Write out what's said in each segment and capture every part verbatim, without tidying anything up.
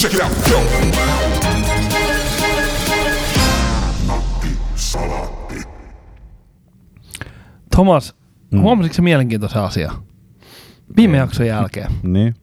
Check it out, go! Natti Salaatti. Thomas, Mm. huomasitko se mielenkiintoisen asia? Viime jakson jälkeen. Niin.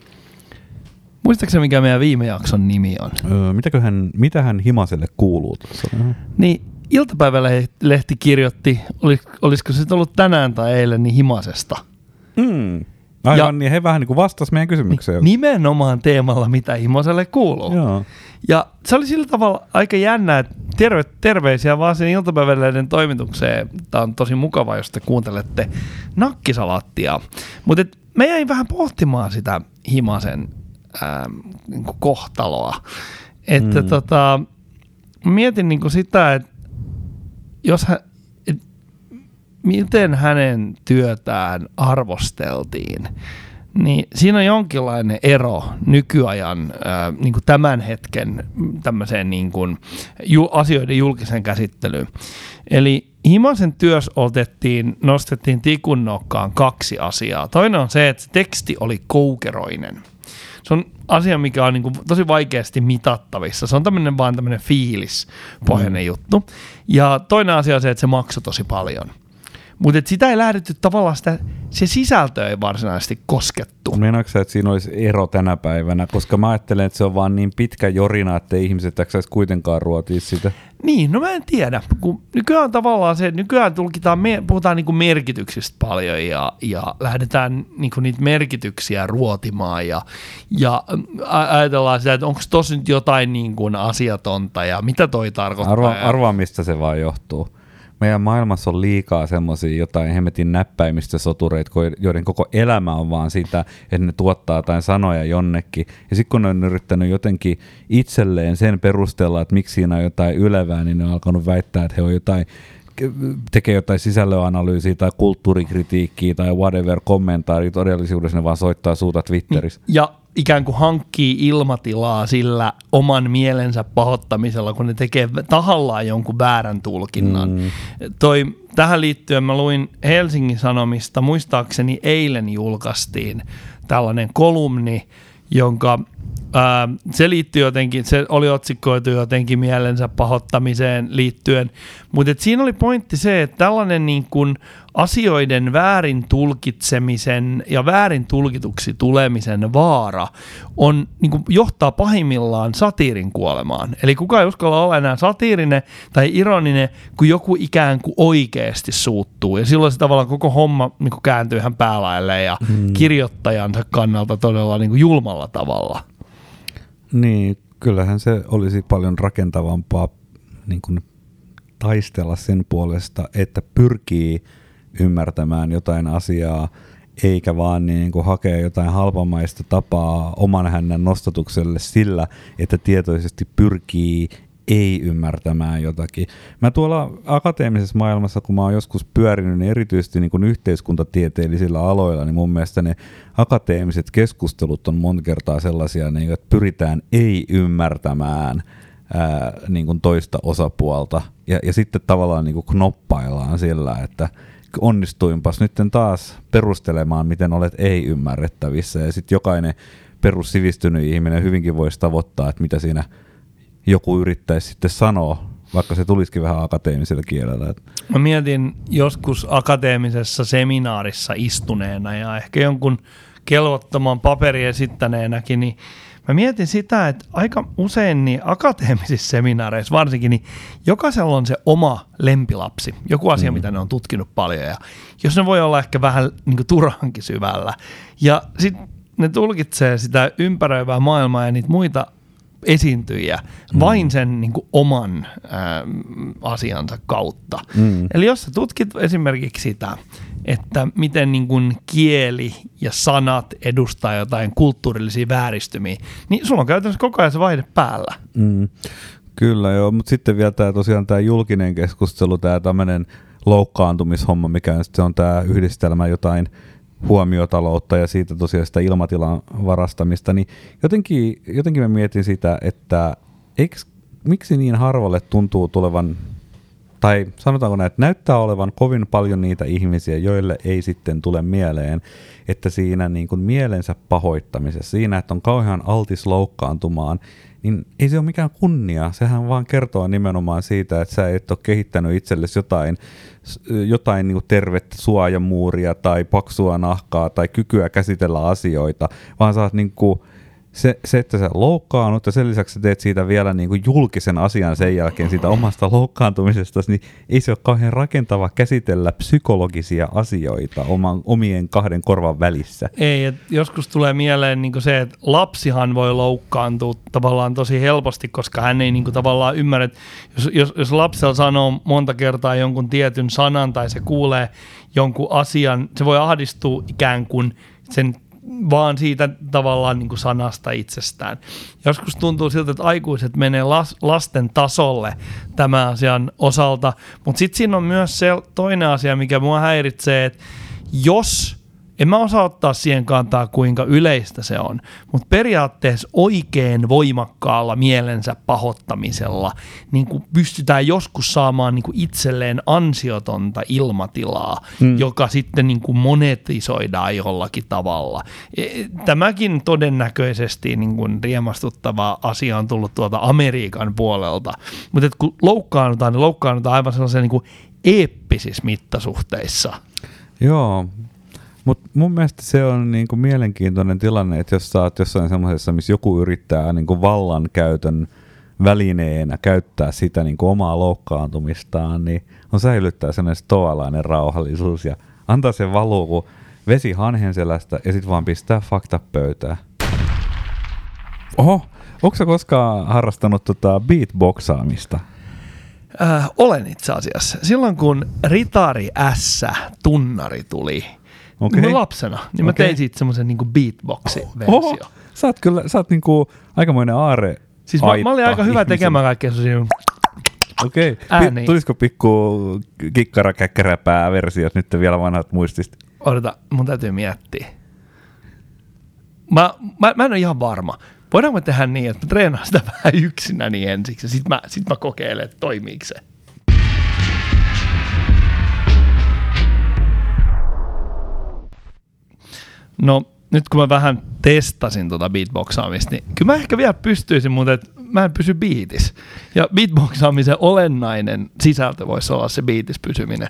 Muistaakseni mikä meidän viime jakson nimi on? Öö, mitäköhän, mitähän Himaselle kuuluu tuossa? Niin iltapäivälehti kirjoitti, olis, olisiko se ollut tänään tai eilen, niin Himasesta. Mm. Aivan, Ja- niin he vähän niin kuin vastasi meidän kysymykseen. Nimenomaan teemalla, mitä Himaselle kuuluu. Joo. Ja se oli sillä tavalla aika jännä, että terve, terveisiä vaan sen iltapäivälehden toimitukseen. Tämä on tosi mukava, jos te kuuntelette nakkisalaattia. Mutta me jäin vähän pohtimaan sitä Himasen ää, niin kuin kohtaloa. Että Mm. tota, mietin niin kuin sitä, että jos hän, et, miten hänen työtään arvosteltiin, niin siinä on jonkinlainen ero nykyajan ää, niin kuin tämän hetken tämmöiseen niin kuin ju, asioiden julkisen käsittelyyn. Eli Himasen työssä otettiin, nostettiin tikun nokkaan kaksi asiaa. Toinen on se, että se teksti oli koukeroinen. Se on asia, mikä on niin kuin tosi vaikeasti mitattavissa. Se on tämmöinen vaan tämmöinen fiilispohjainen mm. juttu. Ja toinen asia on se, että se maksoi tosi paljon. Mutta sitä ei lähdetty tavallaan sitä, se sisältö ei varsinaisesti koskettu. Meinaatko sä, että siinä olisi ero tänä päivänä? Koska mä ajattelen, että se on vaan niin pitkä jorina, että ihmiset jaksaisi kuitenkaan ruotia sitä. Niin, no mä en tiedä. Kun nykyään tavallaan se, nykyään tulkitaan, puhutaan niinku merkityksistä paljon ja, ja lähdetään niinku niitä merkityksiä ruotimaan ja, ja ajatellaan sitä, että onko tossa nyt jotain niinku asiatonta ja mitä toi tarkoittaa. Arvaa, arvaa, mistä se vaan johtuu. Meidän maailmassa on liikaa semmoisia jotain hemmetin näppäimistä sotureita, joiden koko elämä on vaan sitä, että ne tuottaa jotain sanoja jonnekin. Ja sitten kun ne on yrittänyt jotenkin itselleen sen perusteella, että miksi siinä on jotain ylevää, niin ne on alkanut väittää, että he on jotain, tekee jotain sisällönanalyysiä tai kulttuurikritiikkiä tai whatever kommentaaria. Todellisuudessa ne vaan soittaa suuta Twitterissä. Ja ikään kuin hankkii ilmatilaa sillä oman mielensä pahoittamisella, kun ne tekee tahallaan jonkun väärän tulkinnan. Mm. Toi, tähän liittyen mä luin Helsingin Sanomista, muistaakseni eilen julkaistiin tällainen kolumni, jonka ää, se liittyy jotenkin, se oli otsikkoitu jotenkin mielensä pahoittamiseen liittyen, mutta siinä oli pointti se, että tällainen niin kuin asioiden väärin tulkitsemisen ja väärin tulkituksi tulemisen vaara on, niin kuin johtaa pahimmillaan satiirin kuolemaan. Eli kukaan ei uskalla olla enää satiirinen tai ironinen, kun joku ikään kuin oikeasti suuttuu. Ja silloin se tavallaan koko homma niin kuin kääntyy ihan päälailleen ja hmm. kirjoittajansa kannalta todella niin kuin julmalla tavalla. Niin, kyllähän se olisi paljon rakentavampaa niin kuin taistella sen puolesta, että pyrkii ymmärtämään jotain asiaa, eikä vaan niin kuin hakea jotain halpamaista tapaa oman hännän nostatukselle sillä, että tietoisesti pyrkii ei ymmärtämään jotakin. Mä tuolla akateemisessa maailmassa, kun mä oon joskus pyörinyt, niin erityisesti niin kuin yhteiskuntatieteellisillä aloilla, niin mun mielestä ne akateemiset keskustelut on monta kertaa sellaisia, niin että pyritään ei ymmärtämään ää, niin kuin toista osapuolta. Ja, ja sitten tavallaan niin kuin knoppaillaan sillä, että onnistuinpas nyt taas perustelemaan, miten olet ei-ymmärrettävissä. Ja sitten jokainen perussivistynyt ihminen hyvinkin voisi tavoittaa, että mitä siinä joku yrittäisi sitten sanoa, vaikka se tulisikin vähän akateemisella kielellä. Mä mietin joskus akateemisessa seminaarissa istuneena ja ehkä jonkun kelvottoman paperin esittäneenäkin, niin mä mietin sitä, että aika usein niin akateemisissa seminaareissa varsinkin, niin jokaisella on se oma lempilapsi, joku asia, mm. mitä ne on tutkinut paljon, ja jos ne voi olla ehkä vähän niin kuin turhankin syvällä, ja sitten ne tulkitsee sitä ympäröivää maailmaa ja niitä muita esiintyjiä mm. vain sen niin kuin oman ää, asiansa kautta. Mm. Eli jos sä tutkit esimerkiksi sitä, että miten niin kuin kieli ja sanat edustaa jotain kulttuurillisia vääristymiä, niin sulla on käytännössä koko ajan se vaihde päällä. Mm. Kyllä joo, mutta sitten vielä tämä tosiaan tämä julkinen keskustelu, tämä tämmöinen loukkaantumishomma, mikä on, se on tämä yhdistelmä jotain huomiotaloutta ja siitä tosiaan sitä ilmatilan varastamista, niin jotenkin, jotenkin mä mietin sitä, että eikö, miksi niin harvalle tuntuu tulevan tai sanotaanko näin, että näyttää olevan kovin paljon niitä ihmisiä, joille ei sitten tule mieleen, että siinä niin kuin mielensä pahoittamisessa, siinä, että on kauhean altis loukkaantumaan, niin ei se ole mikään kunnia. Sehän vaan kertoo nimenomaan siitä, että sä et ole kehittänyt itsellesi jotain, jotain niin kuin tervettä suojamuuria tai paksua nahkaa tai kykyä käsitellä asioita, vaan sä oot niin kuin Se, se, että sä loukkaannut ja sen lisäksi teet siitä vielä niin kuin julkisen asian sen jälkeen siitä omasta loukkaantumisesta, niin ei se ole kauhean rakentava käsitellä psykologisia asioita oman, omien kahden korvan välissä. Ei, että joskus tulee mieleen niin kuin se, että lapsihan voi loukkaantua tavallaan tosi helposti, koska hän ei niin kuin tavallaan ymmärrä, että jos, jos, jos lapsella sanoo monta kertaa jonkun tietyn sanan tai se kuulee jonkun asian, se voi ahdistua ikään kuin sen vaan siitä tavallaan niin kuin sanasta itsestään. Joskus tuntuu siltä, että aikuiset menee las, lasten tasolle tämän asian osalta, mutta sitten siinä on myös se toinen asia, mikä mua häiritsee, että jos, en mä osaa ottaa siihen kantaa, kuinka yleistä se on, mutta periaatteessa oikein voimakkaalla mielensä pahoittamisella niin kuin pystytään joskus saamaan niin kuin itselleen ansiotonta ilmatilaa, mm. joka sitten niin kuin monetisoidaan jollakin tavalla. Tämäkin todennäköisesti niin kuin riemastuttava asia on tullut tuolta Amerikan puolelta, mutta kun loukkaannutaan, niin loukkaannutaan aivan sellaisia niin kuin eeppisissä mittasuhteissa. Joo. Mutta mun mielestä se on niinku mielenkiintoinen tilanne, että jos sä oot jossain semmoisessa, missä joku yrittää niinku vallankäytön välineenä käyttää sitä niinku omaa loukkaantumistaan, niin on säilyttää sellainen stoalainen rauhallisuus ja antaa sen valuu kuin vesi hanhenselästä ja sit vaan pistää fakta pöytään. Oho, onko sä koskaan harrastanut tota beatboxaamista? Äh, olen itse asiassa. Silloin kun Ritari S-tunnari tuli, okay. Niin lapsena, niin mä okay. tein siitä semmoisen niinku beatboxi-versio. Oho, sä oot kyllä, sä oot niinku aikamoinen aare. Siis mä, mä olin aika hyvä ihmisen. Tekemään kaikkea semmoisia Okei, okay. Tulisiko pikku kikkara-käkkäräpää-versiot nyt vielä vanhat muistista? Odota, mun täytyy miettiä. Mä, mä, mä en ole ihan varma. Voidaanko tehdä niin, että mä treenaan sitä vähän yksinäni ensiksi ja sit mä, sit mä kokeilen, että toimiiko se. No nyt kun mä vähän testasin tota beatboxaamista, niin kyllä mä ehkä vielä pystyisin, mutta et mä en pysy beatissä. Ja beatboxaamisen olennainen sisältö voisi olla se beatissä pysyminen.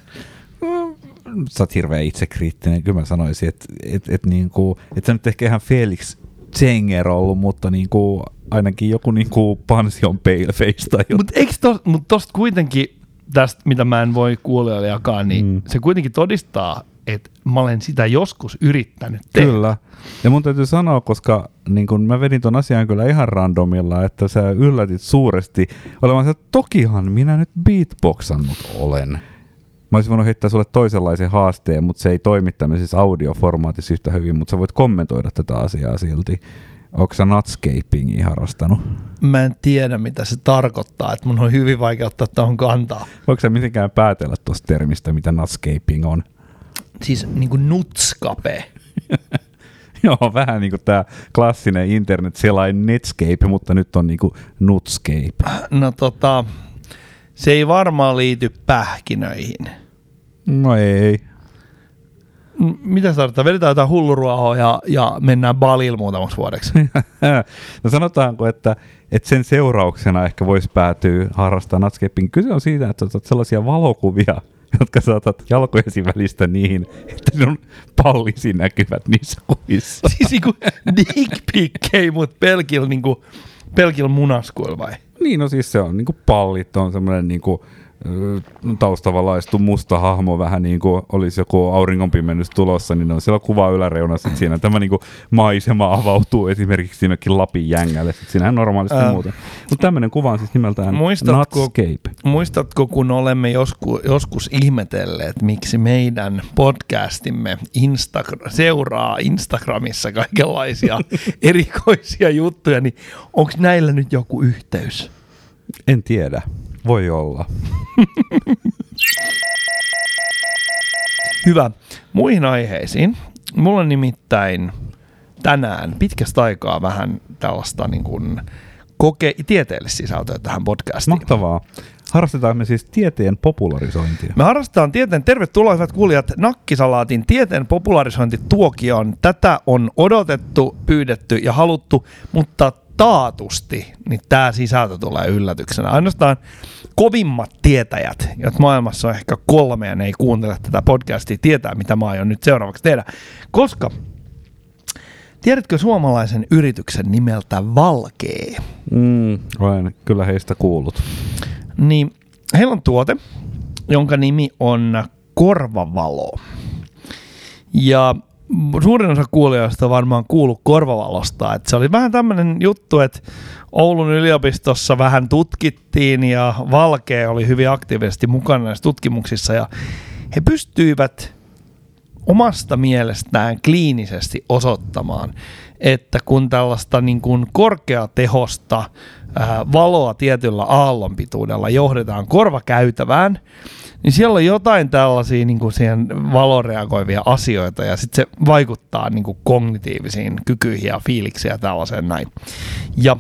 Sä oot hirveän itsekriittinen. Kyllä mä sanoisin, että et, et niinku, et sä nyt ehkä ihan Felix Zenger ollut, mutta niinku, ainakin joku niinku Pansion Paleface tai jotain. Mutta eikö tos, mut tosta kuitenkin, tästä mitä mä en voi kuulijoille jakaa, niin mm. se kuitenkin todistaa, että mä olen sitä joskus yrittänyt tehdä. Kyllä. Ja mun täytyy sanoa, koska niin kun mä vedin ton asian kyllä ihan randomilla, että sä yllätit suuresti olevan se, että tokihan minä nyt beatboxannut olen. Mä olisin voinut heittää sulle toisenlaisen haasteen, mutta se ei toimi tämmöisessä audioformaatissa yhtä hyvin, mutta sä voit kommentoida tätä asiaa silti. Onko sä nutscapingia harrastanut? Mä en tiedä, mitä se tarkoittaa, että mun on hyvin vaikea ottaa tuohon kantaa. Voiko sä mitenkään päätellä tuosta termistä, mitä nutscaping on? Siis niinku nutskape. Joo, vähän niin kuin tämä klassinen internet-selain Netscape, mutta nyt on niin kuin Nutscape. No tota, se ei varmaan liity pähkinöihin. No ei. M- mitä se tarkoittaa? Vedetään jotain hulluruohoa ja, ja mennään Balille muutamaksi vuodeksi. No sanotaanko, että, että sen seurauksena ehkä voisi päätyä harrastaa Nutscaping. Kyse on siitä, että otat sellaisia valokuvia, jotka saatat jalkojesi välistä niin, että sinun pallisi näkyvät niissä kuvissa. Siis niinku dick piccei, mutta pelkillä niinku, pelkillä munaskuilla vai? Niin, no siis se on niinku pallit, on semmoinen niinku taustavalaistu musta hahmo, vähän niin kuin olisi joku auringonpimennys tulossa, niin on siellä kuva yläreunassa, että siinä tämä niin kuin maisema avautuu esimerkiksi siinäkin Lapin jängälle, että siinähän normaalisti Ää, muuta. Mutta tämmöinen kuva on siis nimeltään muistatko, Nutscape. Muistatko, kun olemme joskus, joskus ihmetelleet, miksi meidän podcastimme Instagram, seuraa Instagramissa kaikenlaisia erikoisia juttuja, niin onko näillä nyt joku yhteys? En tiedä. Voi olla. Hyvä. Muihin aiheisiin. Mulla on nimittäin tänään pitkästä aikaa vähän tällaista niin kuin koke- tieteellistä sisältöä tähän podcastiin. Mahtavaa. Harrastetaan me siis tieteen popularisointia. Me harrastetaan tieteen, tervetuloa hyvät kuulijat, Nakkisalaatin tieteen popularisointituokioon. Tätä on odotettu, pyydetty ja haluttu, mutta taatusti niin tämä sisältö tulee yllätyksenä. Ainoastaan kovimmat tietäjät, jotka maailmassa on ehkä kolme ja ne ei kuuntele tätä podcastia, tietää mitä mä aion nyt seuraavaksi tehdä. Koska tiedätkö suomalaisen yrityksen nimeltä Valkee? Mm, olen kyllä heistä kuullut. Niin heillä on tuote, jonka nimi on Korvavalo. Ja suurin osa kuulijoista on varmaan kuullut Korvavalosta. Että se oli vähän tämmöinen juttu, että Oulun yliopistossa vähän tutkittiin ja Valkee oli hyvin aktiivisesti mukana näissä tutkimuksissa. Ja he pystyivät omasta mielestään kliinisesti osoittamaan, että kun tällaista niin kuin korkeatehosta ää, valoa tietyllä aallonpituudella johdetaan korvakäytävään, niin siellä on jotain tällaisia niin kuin siihen valoon reagoivia asioita ja sitten se vaikuttaa niin kuin kognitiivisiin kykyihin ja fiiliksiin ja tällaiseen näin. Ja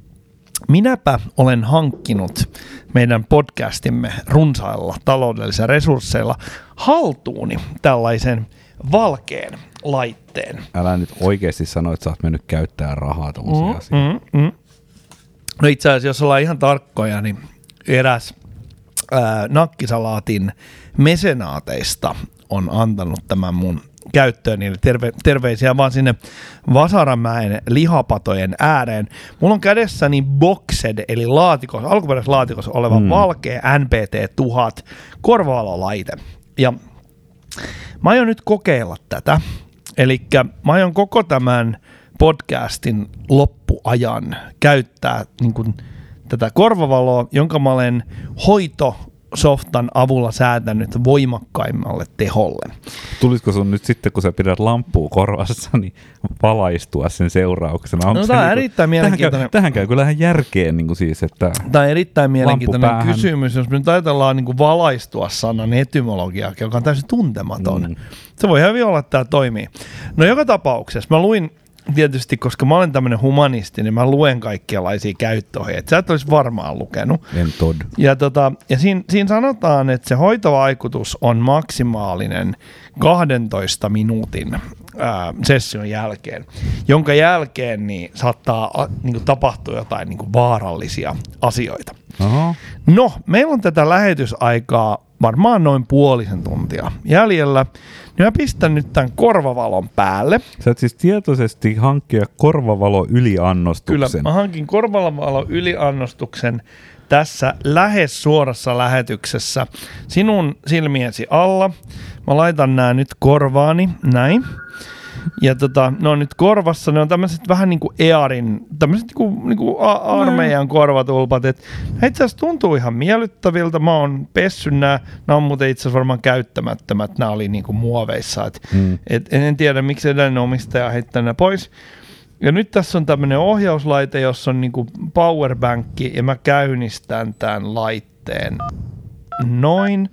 minäpä olen hankkinut meidän podcastimme runsailla taloudellisilla resursseilla haltuuni tällaisen Valkeen laitteen. Älä nyt oikeasti sano, että sä oot mennyt käyttää rahaa tommosia mm, asioita. Mm, mm. No itse asiassa, jos ollaan ihan tarkkoja, niin eräs ää, Nakkisalaatin mesenaateista on antanut tämän mun käyttöön, niin terve, terveisiä vaan sinne Vasaramäen lihapatojen ääreen. Mulla on kädessäni Boxed, eli laatikossa, alkuperäisessä laatikossa oleva mm. Valkee N P T tuhat korvavalolaite. Ja mä aion nyt kokeilla tätä. Eli mä aion koko tämän podcastin loppuajan käyttää niin kuin tätä korvavaloa, jonka mä olen hoitosoftan avulla säätänyt voimakkaimmalle teholle. Tulisiko sun nyt sitten, kun sä pidät lamppua korvassa, niin valaistua sen seurauksena? Onko No tämä on niin erittäin mielenkiintoinen. Tähän käy, tähän käy kyllähän järkeen niin kuin siis, että Tämä on erittäin mielenkiintoinen päähän. kysymys, jos me nyt ajatellaan niin kuin valaistua sanan etymologiaa, joka on täysin tuntematon. Mm. Se voi hyvin olla, että tämä toimii. No joka tapauksessa mä luin tietysti, koska mä olen tämmöinen humanisti, niin mä luen kaikkialaisia käyttöohjeita. Sä et olisi varmaan lukenut. En tod. Ja, tota, ja siinä, siinä sanotaan, että se hoitovaikutus on maksimaalinen kahdentoista minuutin ää, session jälkeen, jonka jälkeen niin saattaa a, niin kuin tapahtua jotain niin kuin vaarallisia asioita. Oho. No, meillä on tätä lähetysaikaa varmaan noin puolisen tuntia jäljellä. Niin mä pistän nyt tämän korvavalon päälle. Sä et siis tietoisesti hankkia korvavalo yliannostuksen. Kyllä, mä hankin korvavalo yliannostuksen tässä lähes suorassa lähetyksessä sinun silmiesi alla. Mä laitan nämä nyt korvaani, näin. Ja tota, ne on nyt korvassa, ne on tämmöiset vähän niin kuin earin, tämmöiset niin kuin, niin kuin a- armeijan korvatulpat. Et itse asiassa tuntuu ihan miellyttäviltä. Mä oon pessyt nämä, nämä on muuten itse asiassa varmaan käyttämättömät, nämä oli niin kuin muoveissa. Et, mm. et en tiedä, miksi edellinen omistaja heittää nämä pois. Ja nyt tässä on tämmöinen ohjauslaite, jossa on niin kuin powerbankki, ja mä käynnistän tämän laitteen noin.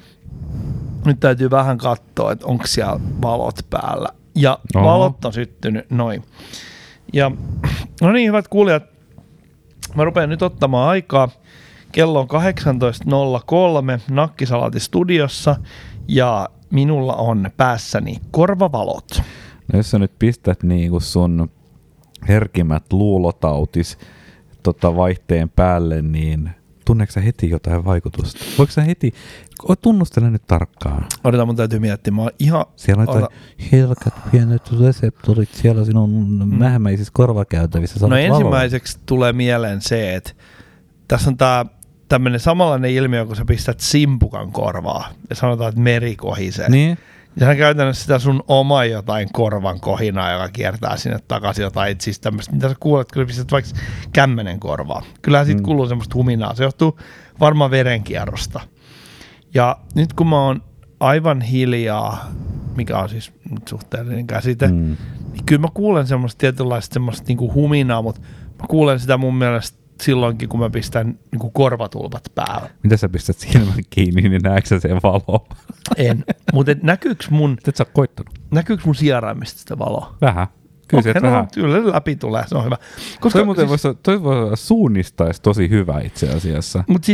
Nyt täytyy vähän katsoa, että onko siellä valot päällä. Ja Oho. valot on syttynyt noin. Ja no niin, hyvät kuulijat, mä rupean nyt ottamaan aikaa. Kello on kahdeksantoista nolla kolme Nakkisalaatin studiossa ja minulla on päässäni korvavalot. No jos sä nyt pistät niinku sun herkimät luulotautis tota vaihteen päälle, niin tunneeko sä heti jotain vaikutusta? Voiko sä heti, tunnustele nyt tarkkaan. Odotan, mun täytyy miettiä. Mä oon ihan... Siellä on jotain herkät pienet reseptorit siellä sinun mm. mähmäisissä korvakäytävissä. No ensimmäiseksi valoa. Tulee mieleen se, että tässä on tää tämmönen samanlainen ilmiö, kun sä pistät simpukan korvaa ja sanotaan, että meri kohisee. Niin. Ja sehän käytännössä sitä sun oma jotain korvan kohinaa, joka kiertää sinne takaisin jotain, siis tämmöistä, mitä sä kuulet, kun pistät vaikka kämmenen korvaa. Kyllähän siitä mm. kuuluu semmoista huminaa. Se johtuu varmaan verenkierrosta. Ja nyt kun mä oon aivan hiljaa, mikä on siis nyt suhteellinen käsite, mm. niin kyllä mä kuulen semmoista tietynlaista semmoista niinku huminaa, mutta mä kuulen sitä mun mielestä silloinkin, kun mä pistän niinku korvatulpat päälle. Mitä sä pistät silmän kiinni, niin näetkö sä sen valoa? En, mutta näkyykö mun... Et sä koittanut? Näkyykö mun sieraimista sitä valoa? Vähän. Kyllä okay, se no, vähän. Kyllä läpi tulee, se on hyvä. Koska, toi muuten siis, voisi, toi voisi suunnistaisi tosi hyvä itse asiassa. Mutta siis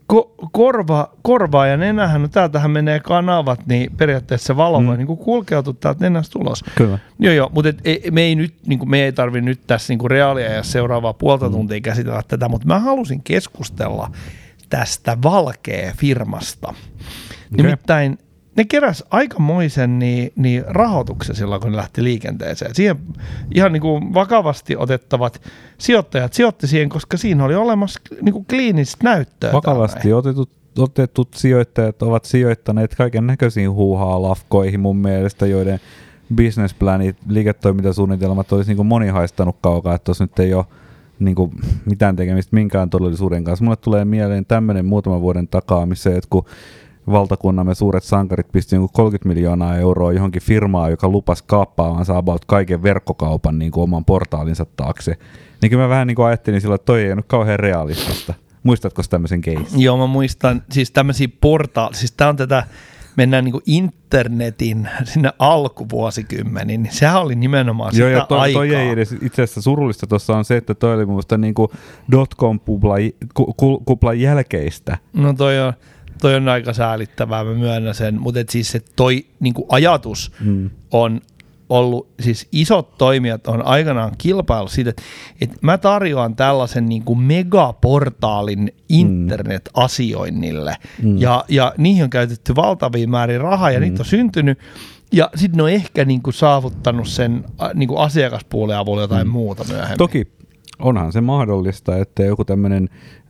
ko- korva, korvaa ja nenähän, no täältähän menee kanavat, niin periaatteessa se valo mm. voi niin kuin kulkeutua täältä nenästä ulos. Kyllä. Joo, joo, mutta et, ei, me ei nyt, niin kuin, me ei tarvitse nyt tässä niin reaalia ja seuraavaa puolta mm. tuntia käsitellä tätä, mutta mä halusin keskustella tästä Valkea-firmasta. Okay. Nimittäin ne keräs aikamoisen niin, niin rahoituksen silloin, kun ne lähti liikenteeseen. Siihen ihan niin kuin vakavasti otettavat sijoittajat sijoitti siihen, koska siinä oli olemassa niin kuin kliinistä näyttöä. Vakavasti otetut, otetut sijoittajat ovat sijoittaneet kaiken näköisiin huuhaa-lafkoihin mun mielestä, joiden businessplanit, liiketoimintasuunnitelmat olisi niin kuin moni haistanut kaukaa, että tuossa nyt ei ole niin kuin mitään tekemistä minkään todellisuuden kanssa. Mulle tulee mieleen tämmöinen muutaman vuoden takaa, missä jotkut valtakunnamme suuret sankarit pisti jonkun kolmekymmentä miljoonaa euroa johonkin firmaan, joka lupasi kaappaavansa about kaiken verkkokaupan niin kuin oman portaalinsa taakse. Niin kyllä mä vähän niin kuin ajattelin silloin, että toi ei ole nyt kauhean realistista. Muistatko tämmöisen keissin? Joo, mä muistan. Siis tämmöisiä portaal... Siis tää on tätä, mennään niin kuin internetin sinne alkuvuosikymmeniin, niin sehän oli nimenomaan sitä Joo, ja toi, aikaa. toi ei edes, itse asiassa surullista tuossa on se, että toi oli mun mielestä niin kuin dotcom-kuplan jälkeistä. No toi on... Toi on aika säälittävää, mä myönnän sen, mutta siis se toi niinku ajatus mm. on ollut, siis isot toimijat on aikanaan kilpaillut siitä, että, että mä tarjoan tällaisen niinku megaportaalin internet-asioinnille mm. ja, ja niihin on käytetty valtavia määrin rahaa ja mm. niitä on syntynyt ja sitten ne on ehkä niinku saavuttanut sen niinku asiakaspuolen avulla jotain mm. muuta myöhemmin. Toki onhan se mahdollista, että joku tämmöinen,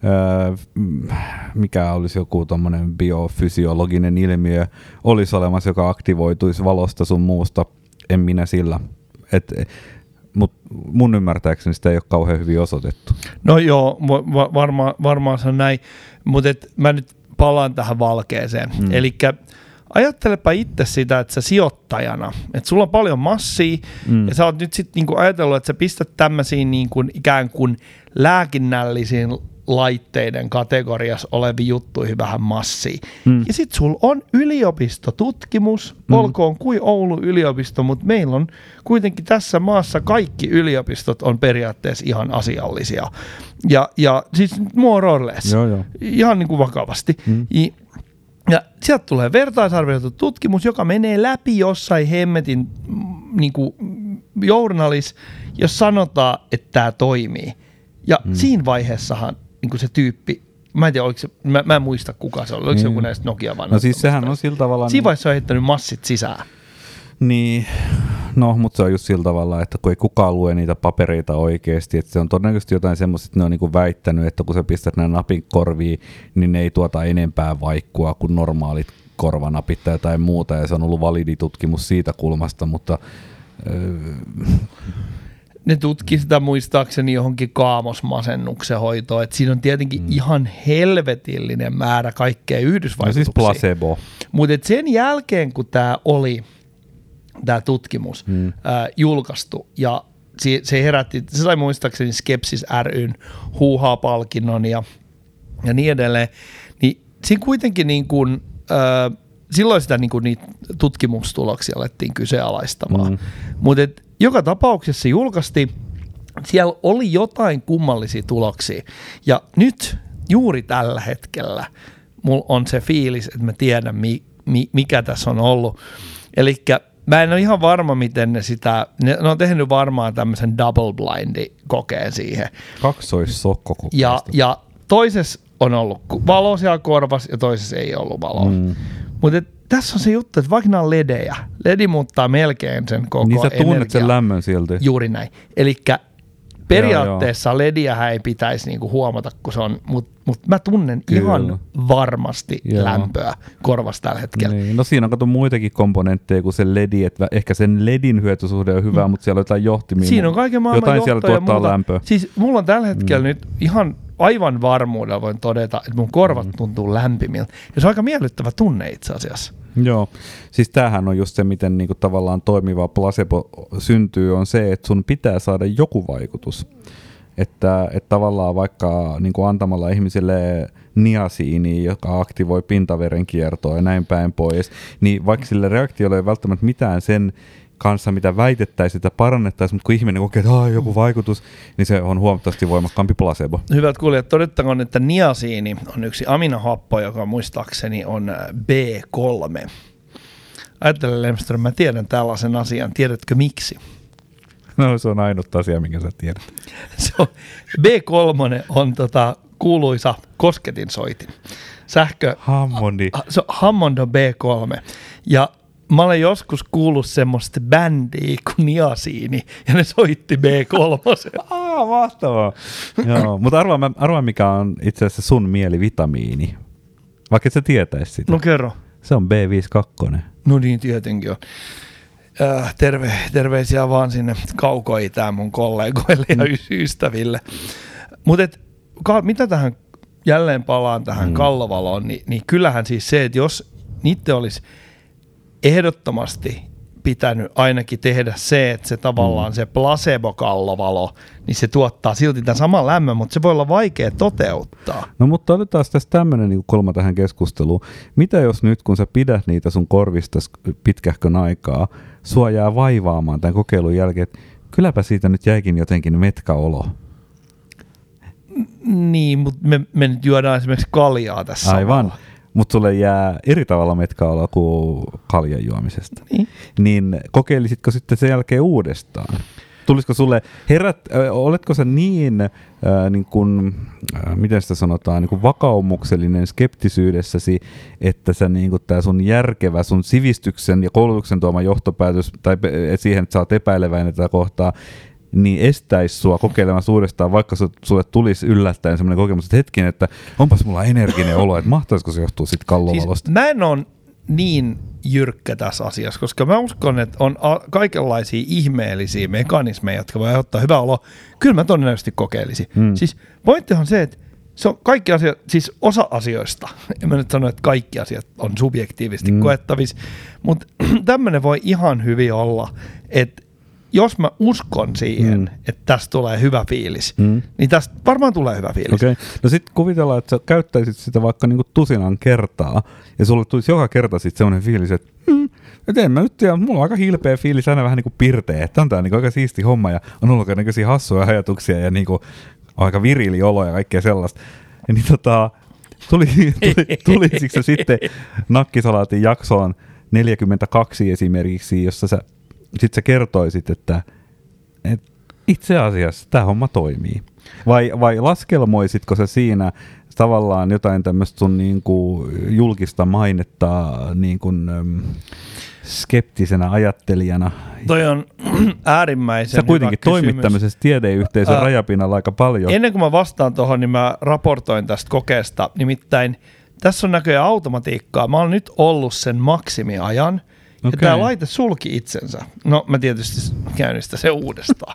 mikä olisi joku tommonen biofysiologinen ilmiö, olisi olemassa, joka aktivoituisi valosta sun muusta, en minä sillä. Mutta mun ymmärtääkseni sitä ei ole kauhean hyvin osoitettu. No joo, va- varmaan varmaan se on näin, mutta mä nyt palaan tähän Valkeeseen. Mm. Elikkä ajattelepa itse sitä, että sä sijoittajana, että sulla on paljon massia mm. ja sä oot nyt sitten niinku ajatellut, että sä pistät tämmöisiin niinku ikään kuin lääkinnällisiin laitteiden kategoriassa oleviin juttuihin vähän massia. Mm. Ja sitten sulla on yliopistotutkimus, mm. olkoon kuin Oulun yliopisto, mutta meillä on kuitenkin tässä maassa kaikki yliopistot on periaatteessa ihan asiallisia. Ja, ja siis more or less, joo, joo. ihan niin kuin vakavasti. Mm. I, Ja sieltä tulee vertaisarvioitu tutkimus, joka menee läpi jossain hemmetin niin kuin journalissa, jos sanotaan, että tämä toimii. Ja mm. siinä vaiheessahan niin kuin se tyyppi, mä en tiedä, oliko se, mä, mä en muista kuka se oli, oliko se joku näistä Nokia vanhoista. No siis sehän on sillä tavalla... Siinä vaiheessa on heittänyt massit sisään. Niin, no mutta se on just sillä tavalla, että kun ei kukaan lue niitä papereita oikeasti, että se on todennäköisesti jotain semmoista, että ne on niinku väittänyt, että kun sä pistät nämä napin korviin, niin ne ei tuota enempää vaikkua kuin normaalit korvanapit tai jotain muuta, ja se on ollut validi tutkimus siitä kulmasta, mutta... Öö, ne tutki sitä muistaakseni johonkin kaamosmasennuksen hoitoon, että siinä on tietenkin mm. ihan helvetillinen määrä kaikkea yhdysvaikutuksia. No siis placebo. Mutta sen jälkeen, kun tämä oli, tämä tutkimus mm. ää, julkaistu, ja se, se herätti, se sai muistaakseni Skepsis ry:n huuhaa-palkinnon ja, ja niin edelleen, niin siinä kuitenkin niin kuin, ää, silloin sitä niin kuin niitä tutkimustuloksia alettiin kyseenalaistamaan. Mm. Mutta joka tapauksessa julkaistiin, siellä oli jotain kummallisia tuloksia. Ja nyt juuri tällä hetkellä mulla on se fiilis, että mä tiedän, mi, mi, mikä tässä on ollut. Elikkä mä en ole ihan varma, miten ne sitä, ne, ne on tehnyt varmaan tämmöisen double blindi kokeen siihen. Kaksoissokkokokeesta. Ja, ja toisessa on ollut valo siellä korvassa ja toisessa ei ollut valoa. Mm. Mutta tässä on se juttu, että vaikka nämä on ledejä, ledi muuttaa melkein sen koko niin energian. Niin sä tunnet sen lämmön silti. Juuri näin. Elikkä periaatteessa lediähän ei pitäisi niinku huomata, kun se on, mutta mut mä tunnen Kyllä. ihan varmasti Joo. lämpöä korvassa tällä hetkellä. Niin. No siinä on kato muitakin komponentteja kuin se ledi, että ehkä sen ledin hyötysuhde on hyvä, mm. mutta siellä on jotain johtimia. Siinä on kaiken maailman jotain siellä tuottaa muuta. lämpöä. Siis mulla on tällä hetkellä mm. nyt ihan aivan varmuudella voin todeta, että mun korvat mm. tuntuu lämpimiltä. Ja se on aika miellyttävä tunne itse asiassa. Joo, siis tämähän on just se, miten niinku tavallaan toimiva placebo syntyy, on se, että sun pitää saada joku vaikutus. Että, että tavallaan vaikka niinku antamalla ihmisille niasiiniä, joka aktivoi pintaverenkiertoa ja näin päin pois, niin vaikka sille reaktiolle ei välttämättä mitään sen kanssa, mitä väitettäisiin, että parannettaisiin, mutta kun ihminen kokee, että on joku vaikutus, niin se on huomattavasti voimakkaampi placebo. Hyvät kuulijat, todettakoon, että niasiini on yksi aminohappo, joka muistaakseni on B kolme. Ajattelen, Lemström, mä tiedän tällaisen asian. Tiedätkö miksi? No se on ainut asia, minkä sä tiedät. Se on, B kolme on tota, kuuluisa kosketinsoitin. Sähkö... Hammondi. Se on Hammond on B kolme. Ja mä olen joskus kuullut semmoista bändiä kuin niasiini, ja ne soitti B kolme. Aa, mahtavaa. Joo, mutta arvaa, arvaa, mikä on itse asiassa sun mielivitamiini. Vaikka et sä tietäis sitä. No kerro. Se on B viisikymmentäkaksi. No niin, tietenkin on. Äh, terve, terveisiä vaan sinne kaukoitään mun kollegoille ja mm. ystäville. Mutta ka- mitä tähän, jälleen palaan tähän mm. kallovaloon, niin, niin kyllähän siis se, että jos niitä olisi ehdottomasti pitänyt ainakin tehdä se, että se tavallaan mm. se placebo-kallovalo, niin se tuottaa silti tämän saman lämmön, mutta se voi olla vaikea toteuttaa. No mutta otetaan tässä tämmöinen niin kulma tähän keskusteluun. Mitä jos nyt, kun sä pidät niitä sun korvista pitkähkön aikaa, sua jää vaivaamaan tämän kokeilun jälkeen, että kylläpä siitä nyt jäikin jotenkin metkäolo. Niin, mutta me, me nyt juodaan esimerkiksi kaljaa tässä. Aivan. Mutta sulle jää eri tavalla metkäoloa kuin kaljan juomisesta. Niin. Niin kokeilisitko sitten sen jälkeen uudestaan? Tulisiko sulle herät, äh, oletko sä niin, äh, niin kuin, äh, miten sitä sanotaan, niin kuin vakaumuksellinen skeptisyydessäsi, että sä niin kuin tää sun järkevä, sun sivistyksen ja koulutuksen tuoma johtopäätös, tai siihen, että sä oot epäileväinen tätä kohtaa, niin estäisi sua kokeilemassa uudestaan, vaikka sulle tulisi yllättäen semmoinen kokemus, että hetken, että onpas mulla energinen olo, että mahtaisiko se johtua sitten kallovalosta? Siis mä en ole niin jyrkkä tässä asiassa, koska mä uskon, että on a- kaikenlaisia ihmeellisiä mekanismeja, jotka voi aiheuttaa hyvää oloa. Kyllä mä todennäköisesti kokeilisin. Mm. Siis pointtihan on se, että se on kaikki asiat, siis osa asioista, en mä nyt sano, että kaikki asiat on subjektiivisesti mm. koettavissa, mutta tämmöinen voi ihan hyvin olla, että jos mä uskon siihen, mm. että tästä tulee hyvä fiilis, mm. niin tästä varmaan tulee hyvä fiilis. Okei. Okay. No sitten kuvitellaan, että sä käyttäisit sitä vaikka niinku tusinan kertaa, ja sulle tulisi joka kerta sitten semmoinen fiilis, että mm, et en mä nyt tiedä, mulla on aika hilpeä fiilis, aina vähän niin kuin pirteä, että on tää niinku aika siisti homma, ja on ollut kaikenlaisia hassuja ajatuksia, ja niinku aika virili olo ja kaikkea sellaista. Ja niin tota, tuli, tuli, tulisitko sä sitten Nakkisalaatin jaksoon neljäkymmentäkaksi esimerkiksi, jossa sä sitten sä kertoisit, että, että itse asiassa tämä homma toimii. Vai, vai laskelmoisitko sä siinä tavallaan jotain tämmöistä sun niinku julkista mainetta niinku, äm, skeptisenä ajattelijana? Toi on äärimmäisen sä kuitenkin hyvä toimit kysymys. tämmöisessä tiedeyhteisön Ää, rajapinnalla aika paljon. Ennen kuin mä vastaan tuohon, niin mä raportoin tästä kokeesta. Nimittäin tässä on näköjään automatiikkaa. Mä oon nyt ollut sen maksimiajan. Okay. Ja tämä laite sulki itsensä. No mä tietysti käynnistä se uudestaan.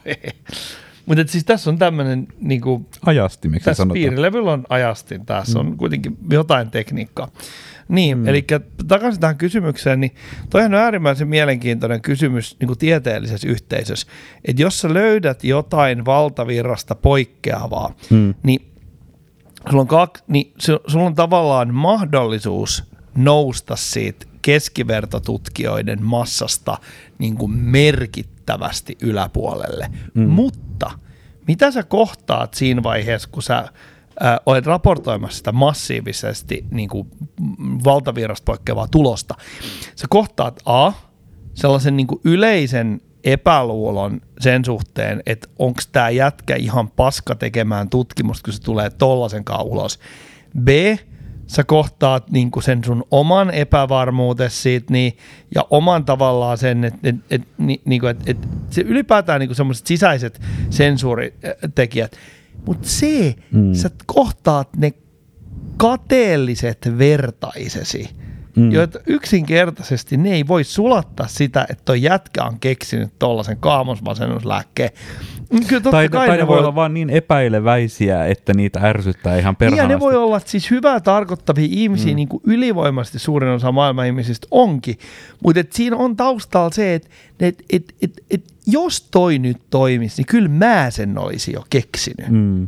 Mutta siis tässä on tämmöinen niinku, ajastimeksi tässä sanotaan. piirilevyllä on ajastin. Tässä mm. on kuitenkin jotain tekniikkaa. Niin, mm. eli takaisin tähän kysymykseen, niin toihan on äärimmäisen mielenkiintoinen kysymys niin kuin tieteellisessä yhteisössä, että jos sä löydät jotain valtavirrasta poikkeavaa, mm. niin, sulla on kaksi, niin sulla on tavallaan mahdollisuus nousta siitä keskivertotutkijoiden massasta niin kuin merkittävästi yläpuolelle. Mm. Mutta mitä sä kohtaat siinä vaiheessa, kun sä ää, olet raportoimassa sitä massiivisesti niin kuin valtavirrasta poikkeavaa tulosta? Sä kohtaat A, sellaisen niin kuin yleisen epäluulon sen suhteen, että onko tämä jätkä ihan paska tekemään tutkimusta, kun se tulee tollasenkaan ulos. B, sä kohtaat niinku sen sun oman epävarmuutesi siitä niin, ja oman tavallaan sen, että et, et, ni, niinku, et, et, se ylipäätään niinku semmoiset sisäiset sensuuritekijät. Mutta se, mm. sä kohtaat ne kateelliset vertaisesi, mm. joita yksinkertaisesti ne ei voi sulattaa sitä, että toi jätkä on keksinyt tollasen kaamosmasennuslääkkeen. Tai, tai ne, ne voi olla vaan niin epäileväisiä, että niitä ärsyttää ihan perhanasti. Ja ne voi olla siis hyvää tarkoittavia ihmisiä, mm. niin kuin ylivoimaisesti suurin osa maailman ihmisistä onkin. Mutta siinä on taustalla se, että et, et, et, et, jos toi nyt toimisi, niin kyllä mä sen olisi jo keksinyt. Mm.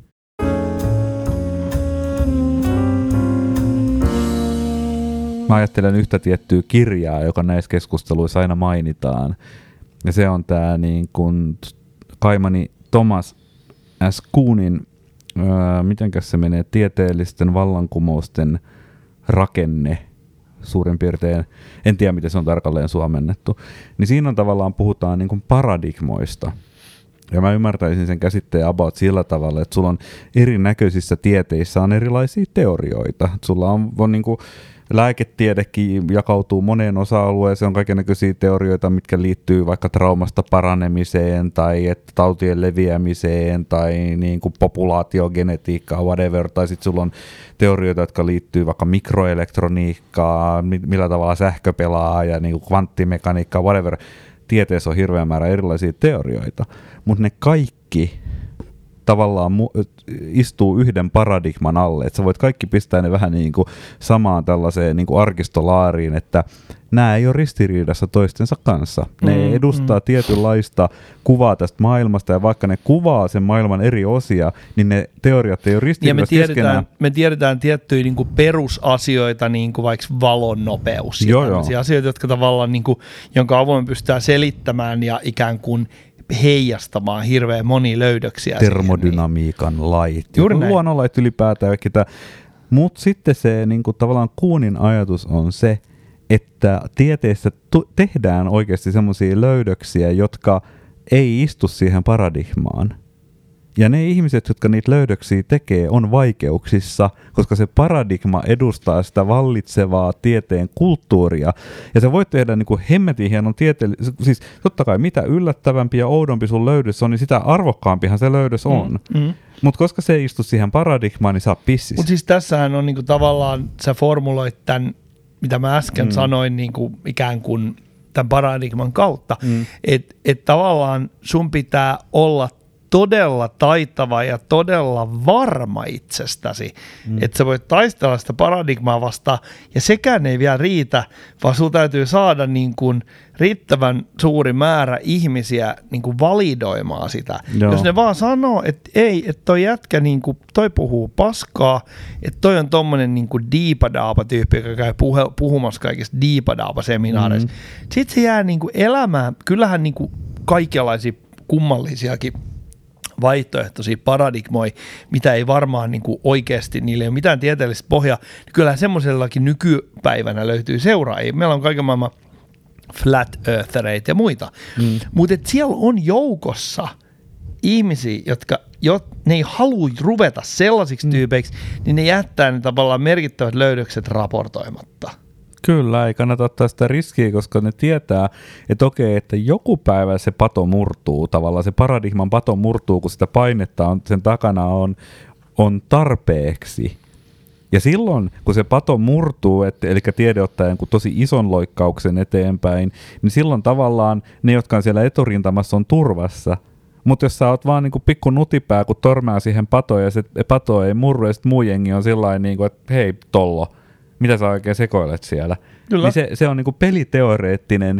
Mä ajattelen yhtä tiettyä kirjaa, joka näissä keskusteluissa aina mainitaan. Ja se on tämä niin kuin kaimani Thomas S. Kuhnin, öö, mitenkäs se menee, tieteellisten vallankumousten rakenne, suurin piirtein, en tiedä miten se on tarkalleen suomennettu, niin siinä on tavallaan puhutaan niin kuin paradigmoista. Ja mä ymmärtäisin sen käsitteen about sillä tavalla, että sulla on erinäköisissä tieteissä on erilaisia teorioita. Sulla on, on niin kuin lääketiedekin jakautuu moneen osa-alueeseen, on kaikennäköisiä teorioita, mitkä liittyy vaikka traumasta paranemiseen tai että tautien leviämiseen tai niin kuin populaatiogenetiikkaan, whatever, tai sitten sulla on teorioita, jotka liittyy vaikka mikroelektroniikkaan, millä tavalla sähkö pelaa ja niin kuin kvanttimekaniikkaan, whatever. Tieteessä on hirveän määrä erilaisia teorioita, mutta ne kaikki tavallaan mu- istuu yhden paradigman alle, että sä voit kaikki pistää ne vähän niin kuin samaan tällaiseen niin kuin arkistolaariin, että nämä ei ole ristiriidassa toistensa kanssa. Ne mm, edustaa mm. tietynlaista kuvaa tästä maailmasta, ja vaikka ne kuvaa sen maailman eri osia, niin ne teoriat ei ole ristiriidassa ja me keskenään. tiedetään, me tiedetään tiettyjä niin kuin perusasioita, niin kuin vaikka valon nopeus. Ja tämmöisiä asioita, jotka tavallaan, niin kuin, jonka avulla me pystytään selittämään ja ikään kuin heijastamaan hirveän monia löydöksiä. Termodynamiikan siihen, niin lait, luonnonlait ylipäätään. Mutta sitten se niin kuin tavallaan Kuhnin ajatus on se, että tieteessä tu- tehdään oikeasti semmoisia löydöksiä, jotka ei istu siihen paradigmaan. Ja ne ihmiset, jotka niitä löydöksiä tekee, on vaikeuksissa, koska se paradigma edustaa sitä vallitsevaa tieteen kulttuuria. Ja sä voit tehdä niin kuin hemmetin hienon tieteellisen, siis totta kai mitä yllättävämpi ja oudompi sun löydös on, niin sitä arvokkaampihan se löydös on. Mm, mm. Mutta koska se ei istu siihen paradigmaan, niin saa pissis. Mutta siis tässähän on niinku tavallaan, sä formuloit tämän, mitä mä äsken mm. sanoin, niinku ikään kuin tämän paradigman kautta, mm. että et tavallaan sun pitää olla todella taitava ja todella varma itsestäsi, mm. että sä voit taistella sitä paradigmaa vastaan, ja sekään ei vielä riitä, vaan sun täytyy saada niin kuin riittävän suuri määrä ihmisiä niin kuin validoimaan sitä. Joo. Jos ne vaan sanoo, että ei, että toi jätkä, niin kuin, toi puhuu paskaa, että toi on tommonen niin kuin diipadaapa-tyyppi, joka käy puhe, puhumassa kaikista diipadaapa-seminaareissa. Mm. Sitten se jää niin kuin elämään, kyllähän niin kuin kaikenlaisia kummallisiakin vaihtoehtoisia paradigmoja, mitä ei varmaan niin kuin oikeasti, niillä ei ole mitään tieteellistä pohjaa, niin kyllähän semmoisellakin nykypäivänä löytyy seuraajia. Meillä on kaiken maailman flat earthereitä ja muita, mm. mutta siellä on joukossa ihmisiä, jotka jo, ne ei halua ruveta sellaisiksi mm. tyypeiksi, niin ne jättää ne tavallaan merkittävät löydökset raportoimatta. Kyllä, ei kannata ottaa sitä riskiä, koska ne tietää, että okei, että joku päivä se pato murtuu, tavallaan se paradigman pato murtuu, kun sitä painetta on, sen takana on, on tarpeeksi. Ja silloin, kun se pato murtuu, et, eli tiede ottaa jonkun tosi ison loikkauksen eteenpäin, niin silloin tavallaan ne, jotka on siellä eturintamassa, on turvassa. Mutta jos sä oot vaan niinku pikku nutipää, kun tormaa siihen patoon ja se pato ei murru, ja sitten muu jengi on sillain, niinku, että hei tollo, mitä sä oikein sekoilet siellä? Niin se, se on niinku peliteoreettinen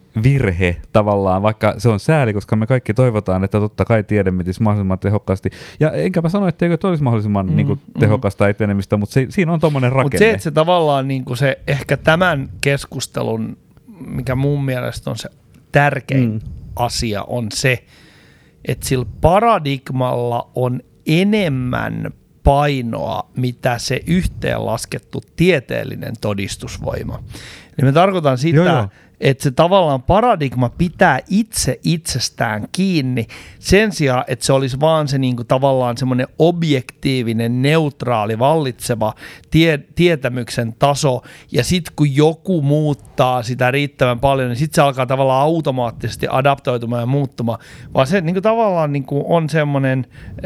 virhe tavallaan, vaikka se on sääli, koska me kaikki toivotaan, että totta kai tiede menisi mahdollisimman tehokkaasti. Ja enkä mä sano, etteikö se olisi mahdollisimman mm, niinku tehokasta mm. etenemistä, mutta se, siinä on tommoinen rakenne. Mutta se, että se tavallaan niinku se, ehkä tämän keskustelun, mikä mun mielestä on se tärkein mm. asia, on se, että sillä paradigmalla on enemmän painoa, mitä se yhteenlaskettu tieteellinen todistusvoima. Eli mä tarkoitan sitä, joo, joo. että se tavallaan paradigma pitää itse itsestään kiinni sen sijaan, että se olisi vaan se niinku tavallaan semmoinen objektiivinen, neutraali, vallitseva tie, tietämyksen taso, ja sitten kun joku muuttaa sitä riittävän paljon, niin sitten se alkaa tavallaan automaattisesti adaptoitumaan ja muuttumaan, vaan se niinku tavallaan niinku on semmoinen